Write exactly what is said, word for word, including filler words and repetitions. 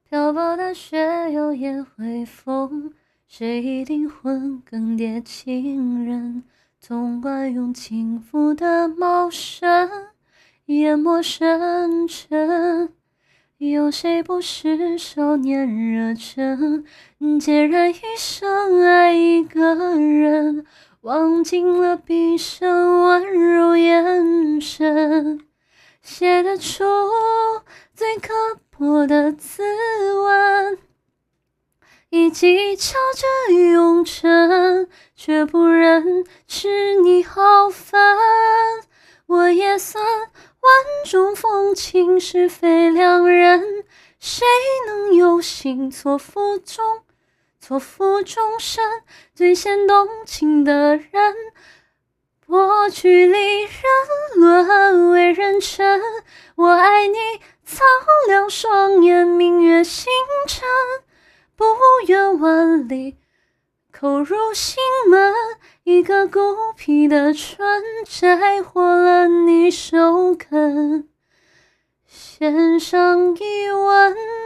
漂泊的雪有烟灰风，谁灵魂更迭情人？总管用轻浮的茂盛淹没深沉。有谁不是少年热忱，孑然一生爱一个人，忘尽了毕生温柔眼神，写得出最刻薄的自问，以技巧着永恒，却不忍吃你好饭。我也算万种风情，是非良人，谁能有幸错付终错付终身？最先动情的人，薄距离人沦为人臣。我爱你苍凉双眼，明月星辰，不远万里口入心门。一个孤僻的春，摘获了你首肯，献上一吻。